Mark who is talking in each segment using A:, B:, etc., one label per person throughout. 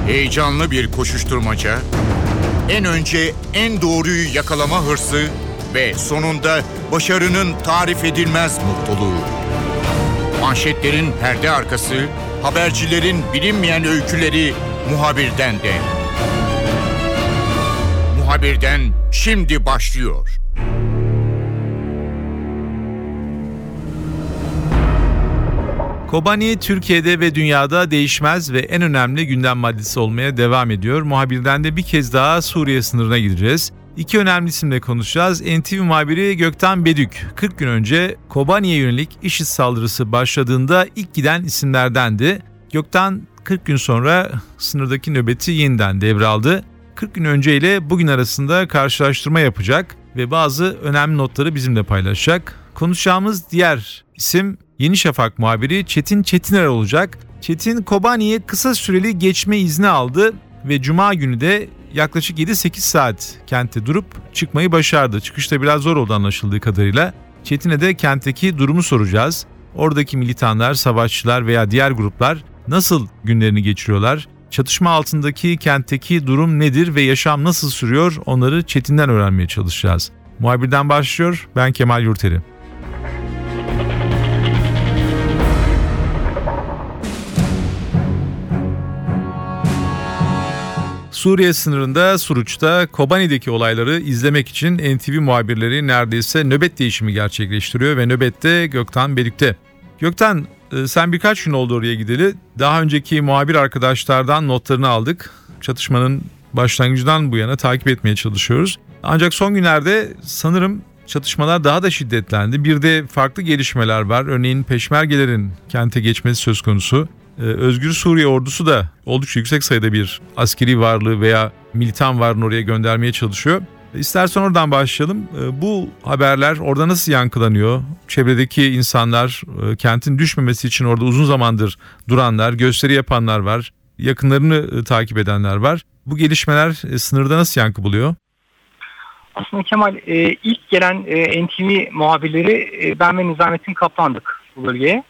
A: Heyecanlı bir koşuşturmaca, en önce en doğruyu yakalama hırsı ve sonunda başarının tarif edilmez mutluluğu. Manşetlerin perde arkası, habercilerin bilinmeyen öyküleri Muhabir'den de. Muhabir'den şimdi başlıyor.
B: Kobani Türkiye'de ve dünyada değişmez ve en önemli gündem maddesi olmaya devam ediyor. Muhabir'den de bir kez daha Suriye sınırına gideceğiz. İki önemli isimle konuşacağız. NTV muhabiri Gökten Bedük, 40 gün önce Kobani'ye yönelik IŞİD saldırısı başladığında ilk giden isimlerdendi. Gökten 40 gün sonra sınırdaki nöbeti yeniden devraldı. 40 gün önce ile bugün arasında karşılaştırma yapacak ve bazı önemli notları bizimle paylaşacak. Konuşacağımız diğer isim Yeni Şafak muhabiri Çetin Çetiner olacak. Çetin Kobani'ye kısa süreli geçme izni aldı ve Cuma günü de yaklaşık 7-8 saat kentte durup çıkmayı başardı. Çıkışta biraz zor oldu anlaşıldığı kadarıyla. Çetin'e de kentteki durumu soracağız. Oradaki militanlar, savaşçılar veya diğer gruplar nasıl günlerini geçiriyorlar? Çatışma altındaki kentteki durum nedir ve yaşam nasıl sürüyor? Onları Çetin'den öğrenmeye çalışacağız. Muhabirden başlıyor. Ben Kemal Yurteri. Suriye sınırında Suruç'ta Kobani'deki olayları izlemek için NTV muhabirleri neredeyse nöbet değişimi gerçekleştiriyor ve nöbette Gökten Bedük'te. Gökten, sen birkaç gün oldu oraya gideli. Daha önceki muhabir arkadaşlardan notlarını aldık. Çatışmanın başlangıcından bu yana takip etmeye çalışıyoruz. Ancak son günlerde sanırım çatışmalar daha da şiddetlendi. Bir de farklı gelişmeler var. Örneğin Peşmergelerin kente geçmesi söz konusu. Özgür Suriye ordusu da oldukça yüksek sayıda bir askeri varlığı veya militan varlığını oraya göndermeye çalışıyor. İstersen oradan başlayalım. Bu haberler orada nasıl yankılanıyor? Çevredeki insanlar, kentin düşmemesi için orada uzun zamandır duranlar, gösteri yapanlar var. Yakınlarını takip edenler var. Bu gelişmeler sınırda nasıl yankı buluyor?
C: Aslında Kemal, ilk gelen NTV muhabirleri ben ve Nizamettin Kaplan'dık bu bölgeye.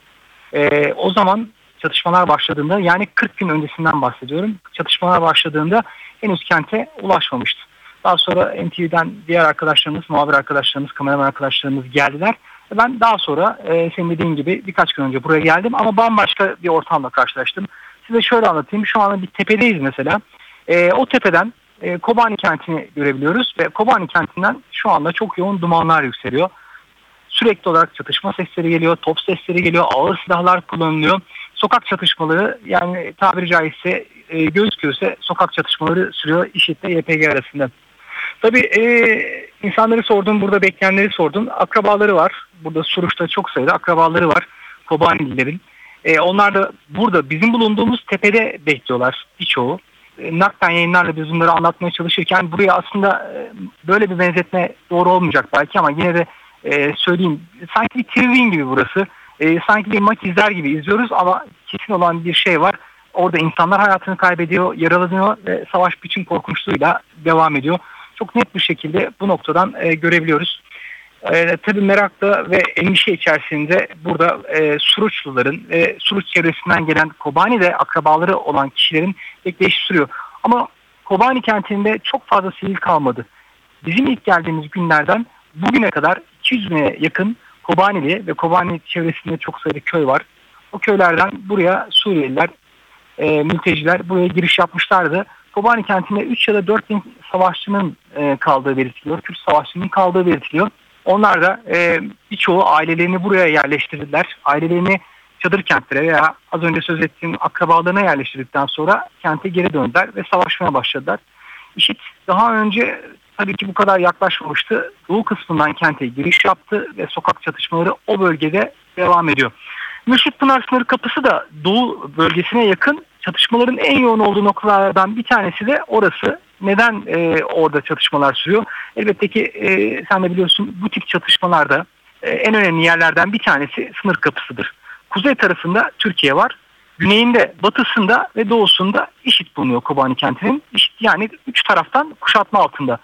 C: O zaman çatışmalar başladığında, yani 40 gün öncesinden bahsediyorum. Çatışmalar başladığında henüz kente ulaşmamıştı. Daha sonra NTV'den diğer arkadaşlarımız, muhabir arkadaşlarımız, kameraman arkadaşlarımız geldiler. Ben daha sonra senin dediğin gibi birkaç gün önce buraya geldim ama bambaşka bir ortamla karşılaştım. Size şöyle anlatayım. Şu anda bir tepedeyiz mesela. O tepeden Kobani kentini görebiliyoruz ve Kobani kentinden şu anda çok yoğun dumanlar yükseliyor. Sürekli olarak çatışma sesleri geliyor, top sesleri geliyor, ağır silahlar kullanılıyor. Sokak çatışmaları, yani tabiri caizse göz göze sokak çatışmaları sürüyor IŞİD ile YPG arasında. Tabii insanları sordum, burada bekleyenleri sordum. Akrabaları var. Burada Suruç'ta çok sayıda akrabaları var Kobanililerin. Onlar da burada bizim bulunduğumuz tepede bekliyorlar birçoğu. Naklen yayınlarla biz bunları anlatmaya çalışırken buraya aslında böyle bir benzetme doğru olmayacak belki ama yine de söyleyeyim. Sanki bir trivin gibi burası. Sanki bir maç izler gibi izliyoruz ama kesin olan bir şey var. Orada insanlar hayatını kaybediyor, yaralanıyor ve savaş bütün korkunçluğuyla devam ediyor. Çok net bir şekilde bu noktadan görebiliyoruz. Tabii merakla ve endişe içerisinde burada Suruçluların ve Suruç çevresinden gelen Kobani'de akrabaları olan kişilerin bekleyiş sürüyor. Ama Kobani kentinde çok fazla sivil kalmadı. Bizim ilk geldiğimiz günlerden bugüne kadar 200 bine yakın Kobanili ve Kobani çevresinde çok sayıda köy var. O köylerden buraya Suriyeliler, mülteciler buraya giriş yapmışlardı. Kobani kentinde 3 ya da 4 bin savaşçının kaldığı belirtiliyor. Kürt savaşçının kaldığı belirtiliyor. Onlar da birçoğu ailelerini buraya yerleştirdiler. Ailelerini çadır kentlere veya az önce söz ettiğim akrabalarına yerleştirdikten sonra kente geri döndüler ve savaşmaya başladılar. IŞİD daha önce tabii ki bu kadar yaklaşmamıştı. Doğu kısmından kente giriş yaptı ve sokak çatışmaları o bölgede devam ediyor. Mürşit Pınar sınır kapısı da doğu bölgesine yakın. Çatışmaların en yoğun olduğu noktalardan bir tanesi de orası. Neden orada çatışmalar sürüyor? Elbette ki sen de biliyorsun bu tip çatışmalarda en önemli yerlerden bir tanesi sınır kapısıdır. Kuzey tarafında Türkiye var. Güneyinde, batısında ve doğusunda IŞİD bulunuyor Kobani kentinin. IŞİD yani 3 taraftan kuşatma altında.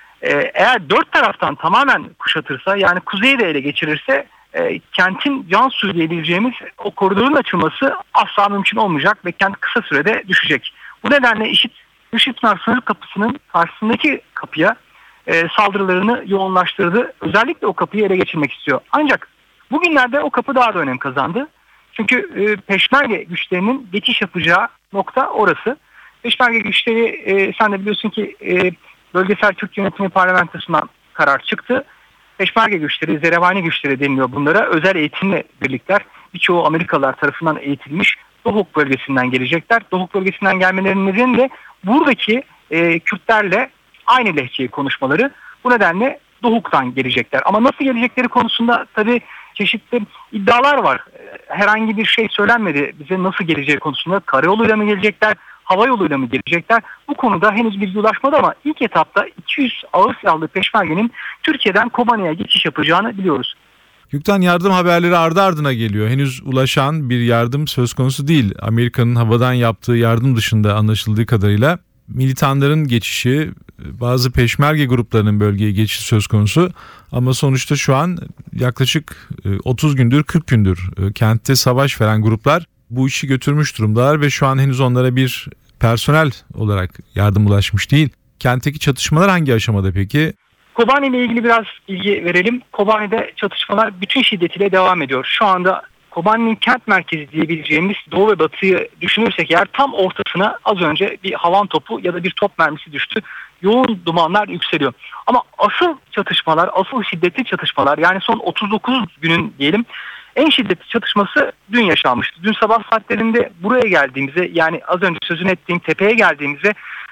C: Eğer 4 taraftan tamamen kuşatırsa, yani kuzeyi de ele geçirirse kentin can suyu diyebileceğimiz o koridorun açılması asla mümkün olmayacak ve kent kısa sürede düşecek. Bu nedenle IŞİD Gümüşpınar sınır kapısının karşısındaki kapıya saldırılarını yoğunlaştırdı. Özellikle o kapıyı ele geçirmek istiyor. Ancak bugünlerde o kapı daha da önem kazandı. Çünkü Peşmerge güçlerinin geçiş yapacağı nokta orası. Peşmerge güçleri sen de biliyorsun ki Bölgesel Kürt Yönetimi Parlamentosu'ndan karar çıktı. Peşmerge güçleri, Zerevani güçleri deniliyor bunlara. Özel eğitimle birlikler. Birçoğu Amerikalılar tarafından eğitilmiş. Dohuk bölgesinden gelecekler. Dohuk bölgesinden gelmelerinin nedeni de buradaki Kürtlerle aynı lehçeyi konuşmaları. Bu nedenle Dohuk'tan gelecekler. Ama nasıl gelecekleri konusunda tabii çeşitli iddialar var. Herhangi bir şey söylenmedi bize nasıl geleceği konusunda. Karayoluyla mı gelecekler, hava yoluyla mı gelecekler? Bu konuda henüz bilgi ulaşmadı ama ilk etapta 200 ağır silahlı peşmergenin Türkiye'den Kobani'ye geçiş yapacağını biliyoruz.
B: Gökten, yardım haberleri ardı ardına geliyor. Henüz ulaşan bir yardım söz konusu değil. Amerika'nın havadan yaptığı yardım dışında anlaşıldığı kadarıyla militanların geçişi, bazı peşmerge gruplarının bölgeye geçişi söz konusu. Ama sonuçta şu an yaklaşık 30 gündür 40 gündür kentte savaş veren gruplar bu işi götürmüş durumdalar ve şu an henüz onlara bir personel olarak yardım ulaşmış değil. Kentteki çatışmalar hangi aşamada peki?
C: Kobani ile ilgili biraz bilgi verelim. Kobani'de çatışmalar bütün şiddetiyle devam ediyor. Şu anda Kobani'nin kent merkezi diyebileceğimiz doğu ve batıyı düşünürsek eğer tam ortasına az önce bir havan topu ya da bir top mermisi düştü. Yoğun dumanlar yükseliyor. Ama asıl çatışmalar, asıl şiddetli çatışmalar, yani son 39 günün diyelim en şiddetli çatışması dün yaşanmıştı. Dün sabah saatlerinde buraya geldiğimizde, yani az önce sözünü ettiğim tepeye geldiğimizde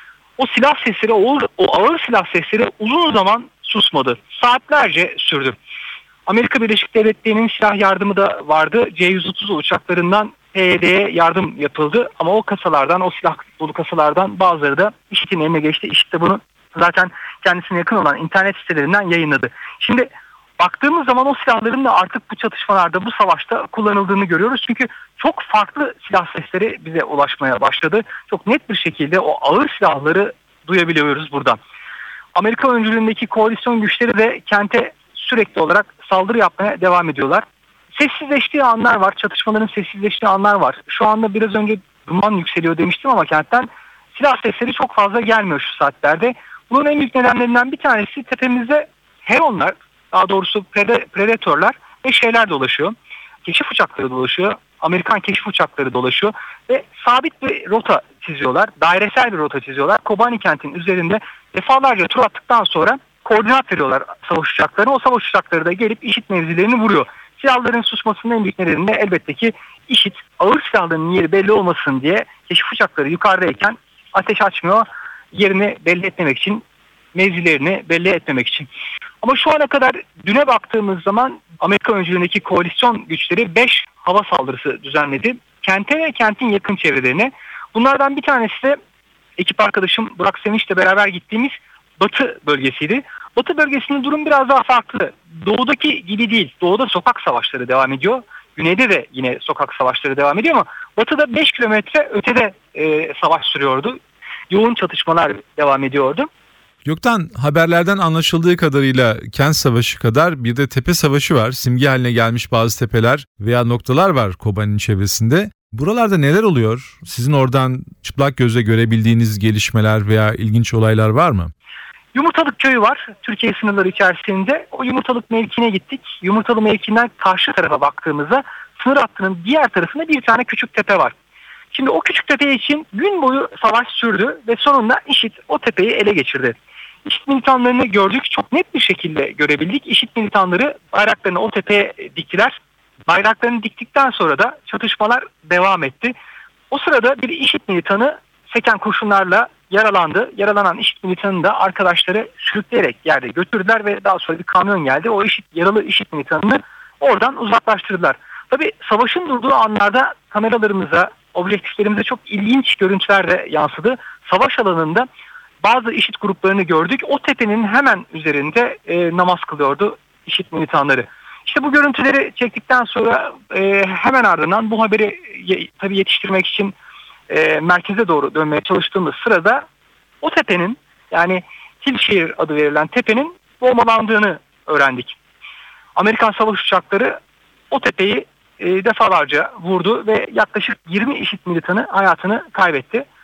C: o silah sesleri, o ağır silah sesleri uzun zaman susmadı. Saatlerce sürdü. Amerika Birleşik Devletleri'nin silah yardımı da vardı. C-130 uçaklarından PYD'ye yardım yapıldı. Ama o kasalardan, o silah dolu kasalardan bazıları da IŞİD'in eline geçti. IŞİD de bunu zaten kendisine yakın olan internet sitelerinden yayınladı. Şimdi baktığımız zaman o silahların da artık bu çatışmalarda, bu savaşta kullanıldığını görüyoruz. Çünkü çok farklı silah sesleri bize ulaşmaya başladı. Çok net bir şekilde o ağır silahları duyabiliyoruz buradan. Amerika öncülüğündeki koalisyon güçleri de kente sürekli olarak saldırı yapmaya devam ediyorlar. Sessizleştiği anlar var, çatışmaların sessizleştiği anlar var. Şu anda biraz önce duman yükseliyor demiştim ama kentten silah sesleri çok fazla gelmiyor şu saatlerde. Bunun en büyük nedenlerinden bir tanesi tepemizde Heronlar, daha doğrusu Predator'lar ve şeyler dolaşıyor. Keşif uçakları dolaşıyor. Amerikan keşif uçakları dolaşıyor ve sabit bir rota çiziyorlar. Dairesel bir rota çiziyorlar. Kobani kentin üzerinde defalarca tur attıktan sonra koordinat veriyorlar savaş uçaklarına. O savaş uçakları da gelip IŞİD mevzilerini vuruyor. Silahların susmasının en büyük nedeni de elbette ki IŞİD ağır silahların yeri belli olmasın diye keşif uçakları yukarıdayken ateş açmıyor. Yerini belli etmemek için, mevzilerini belli etmemek için. Ama şu ana kadar düne baktığımız zaman Amerika öncülüğündeki koalisyon güçleri 5 hava saldırısı düzenledi. Kente ve kentin yakın çevrelerine. Bunlardan bir tanesi de ekip arkadaşım Burak Sevinç'le beraber gittiğimiz Batı bölgesiydi. Batı bölgesinde durum biraz daha farklı. Doğudaki gibi değil. Doğuda sokak savaşları devam ediyor. Güneyde de yine sokak savaşları devam ediyor ama Batı'da 5 kilometre ötede savaş sürüyordu. Yoğun çatışmalar devam ediyordu.
B: Gökten, haberlerden anlaşıldığı kadarıyla kent savaşı kadar bir de tepe savaşı var. Simge haline gelmiş bazı tepeler veya noktalar var Kobani'nin çevresinde. Buralarda neler oluyor? Sizin oradan çıplak gözle görebildiğiniz gelişmeler veya ilginç olaylar var mı?
C: Yumurtalık köyü var Türkiye sınırları içerisinde. O Yumurtalık mevkine gittik. Yumurtalı mevkinden karşı tarafa baktığımızda sınır hattının diğer tarafında bir tane küçük tepe var. Şimdi o küçük tepe için gün boyu savaş sürdü ve sonunda IŞİD o tepeyi ele geçirdi. IŞİD militanlarını gördük. Çok net bir şekilde görebildik. IŞİD militanları bayraklarını o tepeye diktiler. Bayraklarını diktikten sonra da çatışmalar devam etti. O sırada bir IŞİD militanı seken kurşunlarla yaralandı. Yaralanan IŞİD militanını da arkadaşları sürükleyerek yerde götürdüler ve daha sonra bir kamyon geldi. O yaralı IŞİD militanını oradan uzaklaştırdılar. Tabii savaşın durduğu anlarda kameralarımıza, objektiflerimize çok ilginç görüntüler de yansıdı. Savaş alanında bazı IŞİD gruplarını gördük. O tepenin hemen üzerinde namaz kılıyordu IŞİD militanları. İşte bu görüntüleri çektikten sonra hemen ardından bu haberi tabii yetiştirmek için merkeze doğru dönmeye çalıştığımız sırada o tepenin, yani Hilşehir adı verilen tepenin bombalandığını öğrendik. Amerikan savaş uçakları o tepeyi defalarca vurdu ve yaklaşık 20 IŞİD militanı hayatını kaybetti.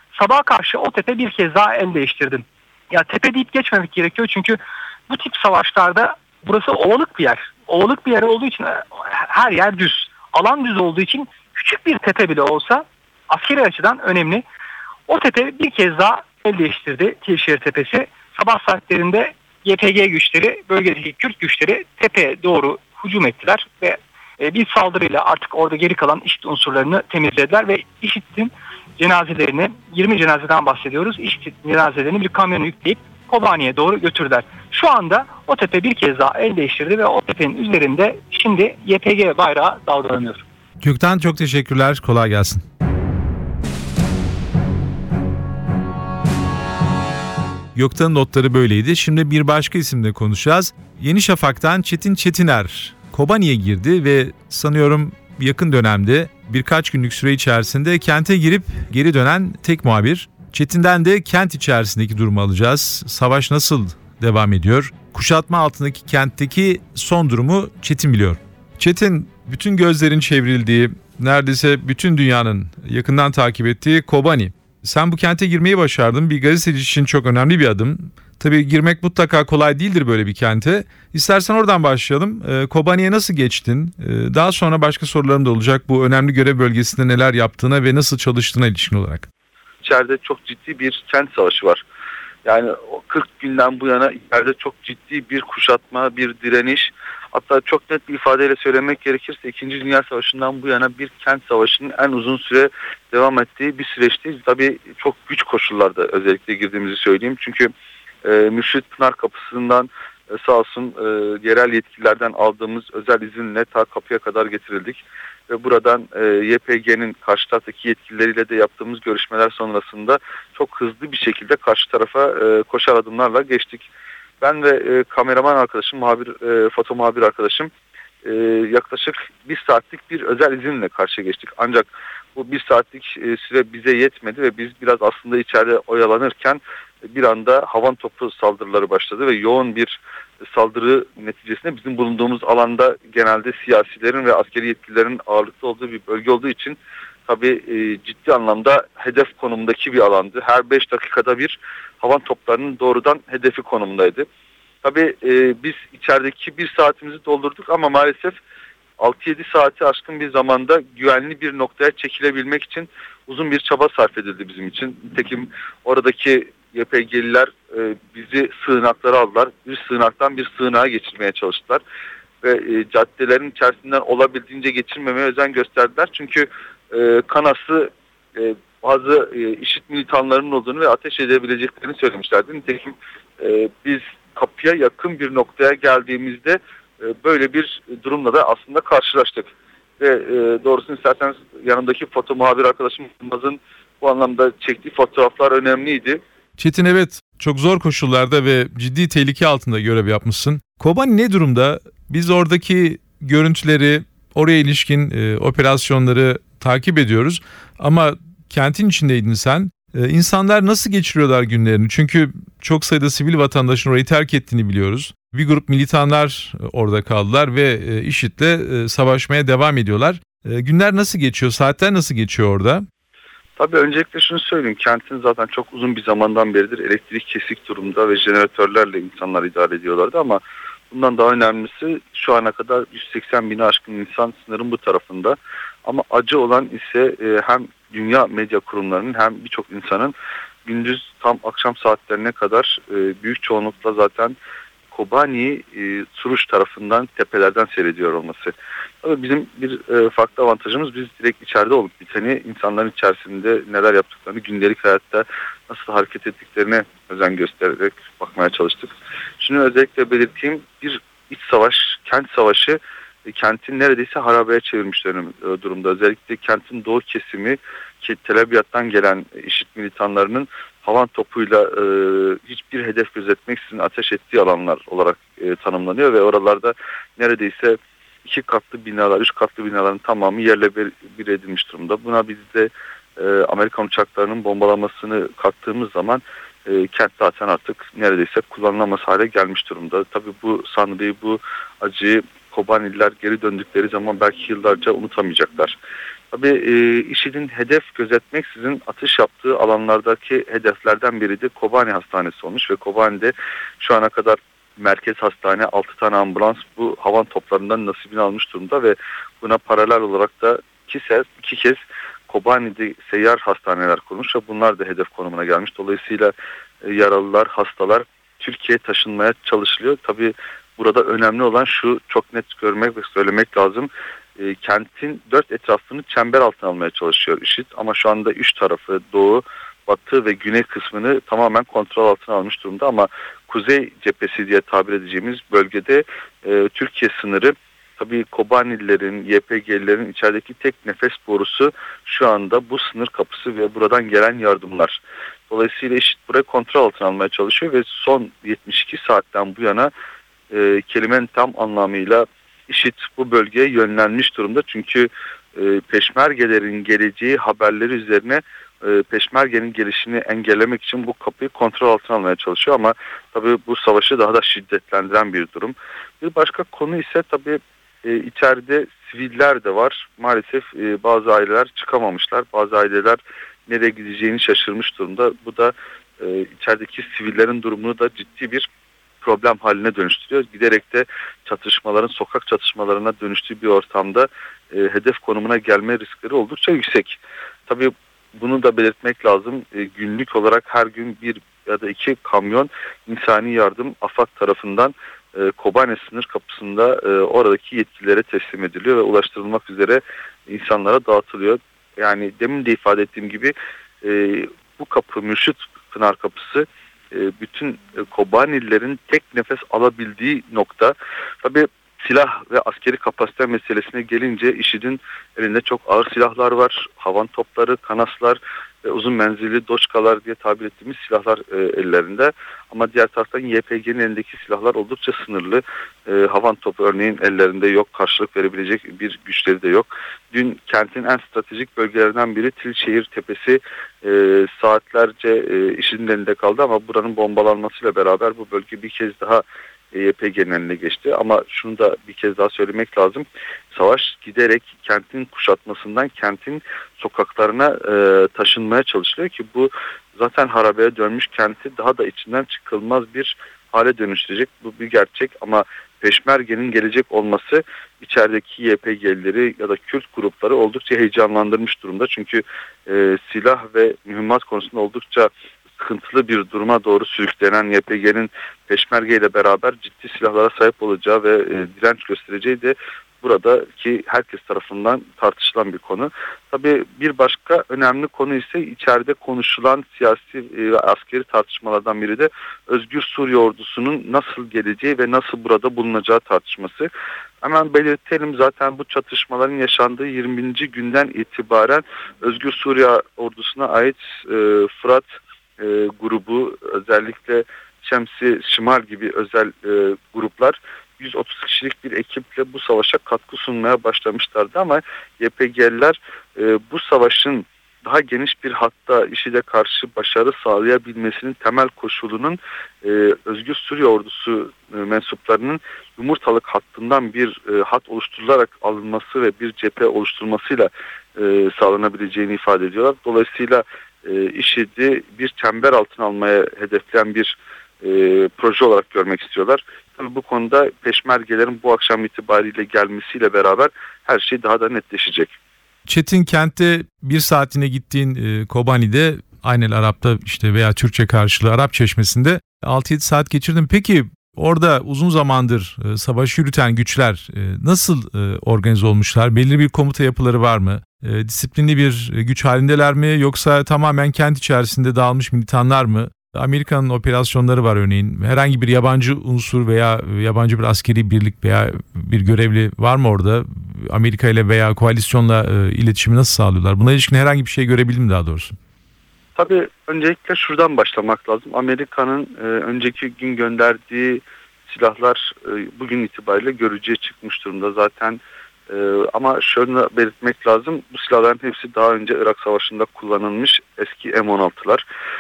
C: sabaha karşı o tepe bir kez daha el değiştirdi. Ya tepe deyip geçmemek gerekiyor çünkü bu tip savaşlarda burası ovalık bir yer. Ovalık bir yer olduğu için her yer düz. Alan düz olduğu için küçük bir tepe bile olsa askeri açıdan önemli. O tepe bir kez daha el değiştirdi, Kivşehir Tepesi. Sabah saatlerinde YPG güçleri, bölgedeki Kürt güçleri tepeye doğru hücum ettiler ve bir saldırıyla artık orada geri kalan IŞİD unsurlarını temizlediler ve IŞİD'in cenazelerini, 20 cenazeden bahsediyoruz, IŞİD cenazelerini bir kamyona yükleyip Kobani'ye doğru götürdüler. Şu anda o tepe bir kez daha el değiştirdi ve o tepenin üzerinde şimdi YPG bayrağı dalgalanıyor.
B: Gökten çok teşekkürler. Kolay gelsin. Gökten'in notları böyleydi. Şimdi bir başka isimle konuşacağız. Yeni Şafak'tan Çetin Çetiner Kobani'ye girdi ve sanıyorum yakın dönemde birkaç günlük süre içerisinde kente girip geri dönen tek muhabir. Çetin'den de kent içerisindeki durumu alacağız. Savaş nasıl devam ediyor? Kuşatma altındaki kentteki son durumu Çetin biliyor. Çetin, bütün gözlerin çevrildiği, neredeyse bütün dünyanın yakından takip ettiği Kobani. Sen bu kente girmeyi başardın. Bir gazeteci için çok önemli bir adım. Tabii girmek mutlaka kolay değildir böyle bir kente. İstersen oradan başlayalım. Kobani'ye nasıl geçtin? Daha sonra başka sorularım da olacak. Bu önemli görev bölgesinde neler yaptığına ve nasıl çalıştığına ilişkin olarak.
D: İçeride çok ciddi bir kent savaşı var. Yani o 40 günden bu yana içeride çok ciddi bir kuşatma, bir direniş. Hatta çok net bir ifadeyle söylemek gerekirse 2. Dünya Savaşı'ndan bu yana bir kent savaşının en uzun süre devam ettiği bir süreçti. Tabii çok güç koşullarda özellikle girdiğimizi söyleyeyim. Çünkü Mürşit Pınar Kapısı'ndan sağ olsun yerel yetkililerden aldığımız özel izinle ta kapıya kadar getirildik. Ve buradan YPG'nin karşı taraftaki yetkilileriyle de yaptığımız görüşmeler sonrasında çok hızlı bir şekilde karşı tarafa koşar adımlarla geçtik. Ben ve kameraman arkadaşım, foto muhabir arkadaşım yaklaşık 1 saatlik bir özel izinle karşıya geçtik. Ancak bu 1 saatlik süre bize yetmedi ve biz biraz aslında içeride oyalanırken bir anda havan topu saldırıları başladı ve yoğun bir saldırı neticesinde bizim bulunduğumuz alanda genelde siyasilerin ve askeri yetkililerin ağırlıklı olduğu bir bölge olduğu için tabii ciddi anlamda hedef konumundaki bir alandı. Her 5 dakikada bir havan toplarının doğrudan hedefi konumundaydı. Tabii biz içerideki 1 saatimizi doldurduk ama maalesef 6-7 saati aşkın bir zamanda güvenli bir noktaya çekilebilmek için uzun bir çaba sarf edildi bizim için. Nitekim oradaki YPG'liler bizi sığınaklara aldılar. Bir sığınaktan bir sığınağa geçirmeye çalıştılar. Ve caddelerin içerisinden olabildiğince geçirmemeye özen gösterdiler. Çünkü kanası bazı IŞİD militanlarının olduğunu ve ateş edebileceklerini söylemişlerdi. Nitekim biz kapıya yakın bir noktaya geldiğimizde böyle bir durumla da aslında karşılaştık. Ve doğrusunu isterseniz yanımdaki foto muhabir arkadaşım Yılmaz'ın bu anlamda çektiği fotoğraflar önemliydi.
B: Çetin, evet, çok zor koşullarda ve ciddi tehlike altında görev yapmışsın. Kobani ne durumda? Biz oradaki görüntüleri, oraya ilişkin operasyonları takip ediyoruz. Ama kentin içindeydin sen. İnsanlar nasıl geçiriyorlar günlerini? Çünkü çok sayıda sivil vatandaşın orayı terk ettiğini biliyoruz. Bir grup militanlar orada kaldılar ve IŞİD'le savaşmaya devam ediyorlar. Günler nasıl geçiyor? Saatler nasıl geçiyor orada?
D: Tabii öncelikle şunu söyleyeyim. Kentin zaten çok uzun bir zamandan beridir elektrik kesik durumda ve jeneratörlerle insanlar idare ediyorlardı ama bundan daha önemlisi şu ana kadar 180 bini aşkın insan sınırın bu tarafında. Ama acı olan ise hem dünya medya kurumlarının hem birçok insanın gündüz tam akşam saatlerine kadar büyük çoğunlukla zaten Kobani'yi Suruç tarafından tepelerden seyrediyor olması. Tabii bizim bir farklı avantajımız, biz direkt içeride olup biteni, insanların içerisinde neler yaptıklarını, gündelik hayatta nasıl hareket ettiklerine özen göstererek bakmaya çalıştık. Şunu özellikle belirteyim, bir iç savaş, kent savaşı kentin neredeyse harabeye çevirmiş durumda. Özellikle kentin doğu kesimi Tel Abyad'dan gelen IŞİD militanlarının havan topuyla hiçbir hedef gözetmeksizin ateş ettiği alanlar olarak tanımlanıyor ve oralarda neredeyse 2 katlı binalar, 3 katlı binaların tamamı yerle bir edilmiş durumda. Buna biz de Amerikan uçaklarının bombalamasını kattığımız zaman kent zaten artık neredeyse kullanılamaz hale gelmiş durumda. Tabii bu sanrıyı, bu acıyı Kobanililer geri döndükleri zaman belki yıllarca unutamayacaklar. Tabii IŞİD'in hedef gözetmeksizin atış yaptığı alanlardaki hedeflerden biri de Kobani Hastanesi olmuş ve Kobani'de şu ana kadar merkez hastane, 6 tane ambulans bu havan toplarından nasibini almış durumda ve buna paralel olarak da iki kez Kobani'de seyyar hastaneler kurmuş ve bunlar da hedef konumuna gelmiş. Dolayısıyla yaralılar, hastalar Türkiye'ye taşınmaya çalışılıyor. Tabii burada önemli olan şu, çok net görmek ve söylemek lazım. Kentin 4 etrafını çember altına almaya çalışıyor IŞİD ama şu anda 3 tarafı, doğu, batı ve güney kısmını tamamen kontrol altına almış durumda ama kuzey cephesi diye tabir edeceğimiz bölgede Türkiye sınırı, tabii Kobanililerin, YPG'lilerin içerideki tek nefes borusu şu anda bu sınır kapısı ve buradan gelen yardımlar. Dolayısıyla IŞİD burayı kontrol altına almaya çalışıyor ve son 72 saatten bu yana kelimenin tam anlamıyla IŞİD bu bölgeye yönlenmiş durumda. Çünkü peşmergelerin geleceği haberleri üzerine peşmergenin gelişini engellemek için bu kapıyı kontrol altına almaya çalışıyor ama tabii bu savaşı daha da şiddetlendiren bir durum. Bir başka konu ise tabii içeride siviller de var. Maalesef bazı aileler çıkamamışlar. Bazı aileler nereye gideceğini şaşırmış durumda. Bu da içerideki sivillerin durumunu da ciddi bir problem haline dönüştürüyor. Giderek de çatışmaların, sokak çatışmalarına dönüştüğü bir ortamda hedef konumuna gelme riskleri oldukça yüksek. Tabii bunu da belirtmek lazım. Günlük olarak her gün 1 ya da 2 kamyon insani yardım AFAD tarafından Kobane sınır kapısında oradaki yetkililere teslim ediliyor ve ulaştırılmak üzere insanlara dağıtılıyor. Yani demin de ifade ettiğim gibi bu kapı, Mürşit Pınar Kapısı, bütün Kobanililerin tek nefes alabildiği nokta. Tabii silah ve askeri kapasite meselesine gelince IŞİD'in elinde çok ağır silahlar var. Havan topları, kanaslar ve uzun menzilli doçkalar diye tabir ettiğimiz silahlar ellerinde. Ama diğer taraftan YPG'nin elindeki silahlar oldukça sınırlı. Havan topu örneğin ellerinde yok. Karşılık verebilecek bir güçleri de yok. Dün kentin en stratejik bölgelerinden biri Tilşehir Tepesi saatlerce IŞİD'in elinde kaldı ama buranın bombalanmasıyla beraber bu bölge bir kez daha YPG'nin eline geçti. Ama şunu da bir kez daha söylemek lazım. Savaş giderek kentin kuşatmasından kentin sokaklarına taşınmaya çalışılıyor ki bu zaten harabeye dönmüş kenti daha da içinden çıkılmaz bir hale dönüştürecek. Bu bir gerçek ama peşmergenin gelecek olması içerideki YPG'lileri ya da Kürt grupları oldukça heyecanlandırmış durumda. Çünkü silah ve mühimmat konusunda oldukça sıkıntılı bir duruma doğru sürüklenen YPG'nin peşmerge ile beraber ciddi silahlara sahip olacağı ve direnç göstereceği de buradaki herkes tarafından tartışılan bir konu. Tabii bir başka önemli konu ise içeride konuşulan siyasi ve askeri tartışmalardan biri de Özgür Suriye ordusunun nasıl geleceği ve nasıl burada bulunacağı tartışması. Hemen belirtelim, zaten bu çatışmaların yaşandığı 20. günden itibaren Özgür Suriye ordusuna ait Fırat grubu, özellikle Şemsi Şimal gibi özel gruplar 130 kişilik bir ekiple bu savaşa katkı sunmaya başlamışlardı ama YPG'liler bu savaşın daha geniş bir hatta IŞİD'e karşı başarı sağlayabilmesinin temel koşulunun Özgür Suriye ordusu mensuplarının yumurtalık hattından bir hat oluşturularak alınması ve bir cephe oluşturulmasıyla sağlanabileceğini ifade ediyorlar. Dolayısıyla IŞİD'i bir çember altına almaya hedefleyen bir proje olarak görmek istiyorlar. Tabii bu konuda peşmergelerin bu akşam itibariyle gelmesiyle beraber her şey daha da netleşecek.
B: Çetin, kentte 1 saatine gittiğin Kobani'de Aynel Arap'ta işte veya Türkçe karşılığı Arap Çeşmesi'nde 6-7 saat geçirdim. Peki orada uzun zamandır savaş yürüten güçler nasıl organize olmuşlar? Belirli bir komuta yapıları var mı? Disiplinli bir güç halindeler mi? Yoksa tamamen kent içerisinde dağılmış militanlar mı? Amerika'nın operasyonları var örneğin. Herhangi bir yabancı unsur veya yabancı bir askeri birlik veya bir görevli var mı orada? Amerika ile veya koalisyonla iletişimi nasıl sağlıyorlar? Buna ilişkin herhangi bir şey görebildim daha doğrusu.
D: Tabii öncelikle şuradan başlamak lazım. Amerika'nın önceki gün gönderdiği silahlar bugün itibariyle görücüye çıkmış durumda. Zaten Ama şöyle belirtmek lazım, bu silahların hepsi daha önce Irak Savaşı'nda kullanılmış eski M16'lar.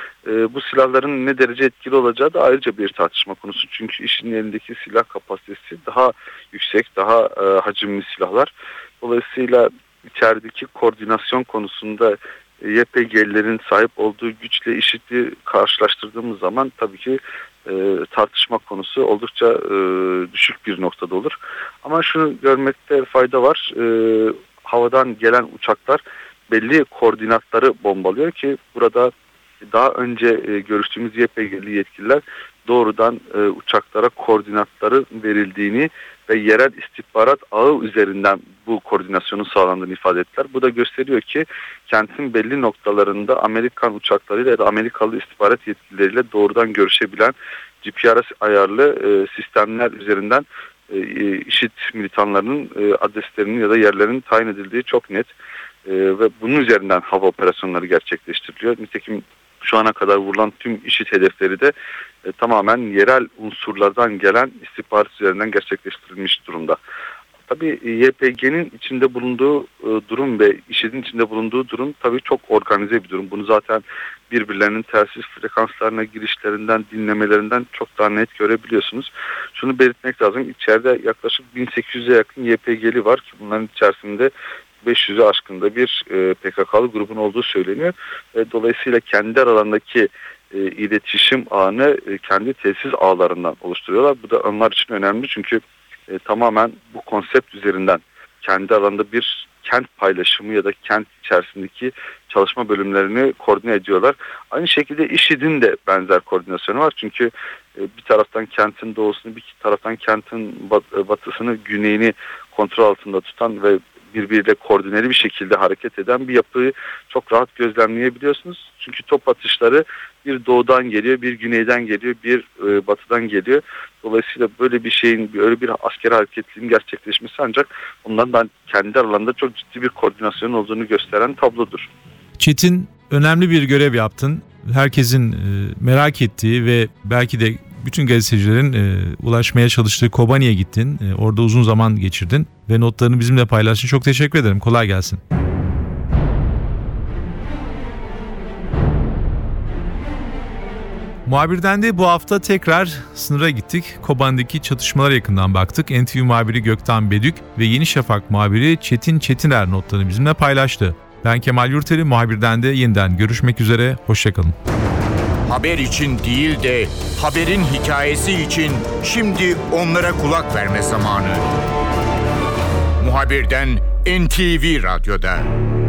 D: Bu silahların ne derece etkili olacağı da ayrıca bir tartışma konusu. Çünkü IŞİD'in elindeki silah kapasitesi daha yüksek, daha hacimli silahlar. Dolayısıyla içerideki koordinasyon konusunda YPG'lilerin sahip olduğu güçle IŞİD'i karşılaştırdığımız zaman tabii ki tartışma konusu oldukça düşük bir noktada olur. Ama şunu görmekte fayda var. Havadan gelen uçaklar belli koordinatları bombalıyor ki burada daha önce görüştüğümüz YPG'li yetkililer doğrudan uçaklara koordinatları verildiğini ve yerel istihbarat ağı üzerinden bu koordinasyonun sağlandığını ifade ettiler. Bu da gösteriyor ki kentin belli noktalarında Amerikan uçaklarıyla ya da Amerikalı istihbarat yetkilileriyle doğrudan görüşebilen GPRS ayarlı sistemler üzerinden IŞİD militanlarının adreslerinin ya da yerlerinin tayin edildiği çok net. Ve bunun üzerinden hava operasyonları gerçekleştiriliyor. Nitekim şu ana kadar vurulan tüm IŞİD hedefleri de tamamen yerel unsurlardan gelen istihbarat üzerinden gerçekleştirilmiş durumda. Tabii YPG'nin içinde bulunduğu durum ve IŞİD'in içinde bulunduğu durum tabii çok organize bir durum. Bunu zaten birbirlerinin telsiz frekanslarına girişlerinden, dinlemelerinden çok daha net görebiliyorsunuz. Şunu belirtmek lazım. İçeride yaklaşık 1800'e yakın YPG'li var ki bunların içerisinde 500'ü aşkında bir PKK'lı grubun olduğu söyleniyor. Dolayısıyla kendi aralarındaki iletişim ağını kendi tesis ağlarından oluşturuyorlar. Bu da onlar için önemli çünkü tamamen bu konsept üzerinden kendi aralarında bir kent paylaşımı ya da kent içerisindeki çalışma bölümlerini koordine ediyorlar. Aynı şekilde IŞİD'in de benzer koordinasyonu var. Çünkü bir taraftan kentin doğusunu, bir taraftan kentin batısını, güneyini kontrol altında tutan ve birbiriyle koordineli bir şekilde hareket eden bir yapıyı çok rahat gözlemleyebiliyorsunuz. Çünkü top atışları bir doğudan geliyor, bir güneyden geliyor, bir batıdan geliyor. Dolayısıyla böyle bir şeyin, öyle bir askeri hareketliliğin gerçekleşmesi ancak onların kendi aralarında çok ciddi bir koordinasyon olduğunu gösteren tablodur.
B: Çetin, önemli bir görev yaptın. Herkesin merak ettiği ve belki de bütün gazetecilerin ulaşmaya çalıştığı Kobani'ye gittin. Orada uzun zaman geçirdin ve notlarını bizimle paylaştın. Çok teşekkür ederim. Kolay gelsin. Muhabirden de bu hafta tekrar sınıra gittik. Kobani'deki çatışmalara yakından baktık. NTV muhabiri Gökten Bedük ve Yeni Şafak muhabiri Çetin Çetiner notlarını bizimle paylaştı. Ben Kemal Yurteli, muhabirden de yeniden görüşmek üzere. Hoşçakalın.
A: Haber için değil de haberin hikayesi için şimdi onlara kulak verme zamanı. Muhabirden NTV Radyo'da.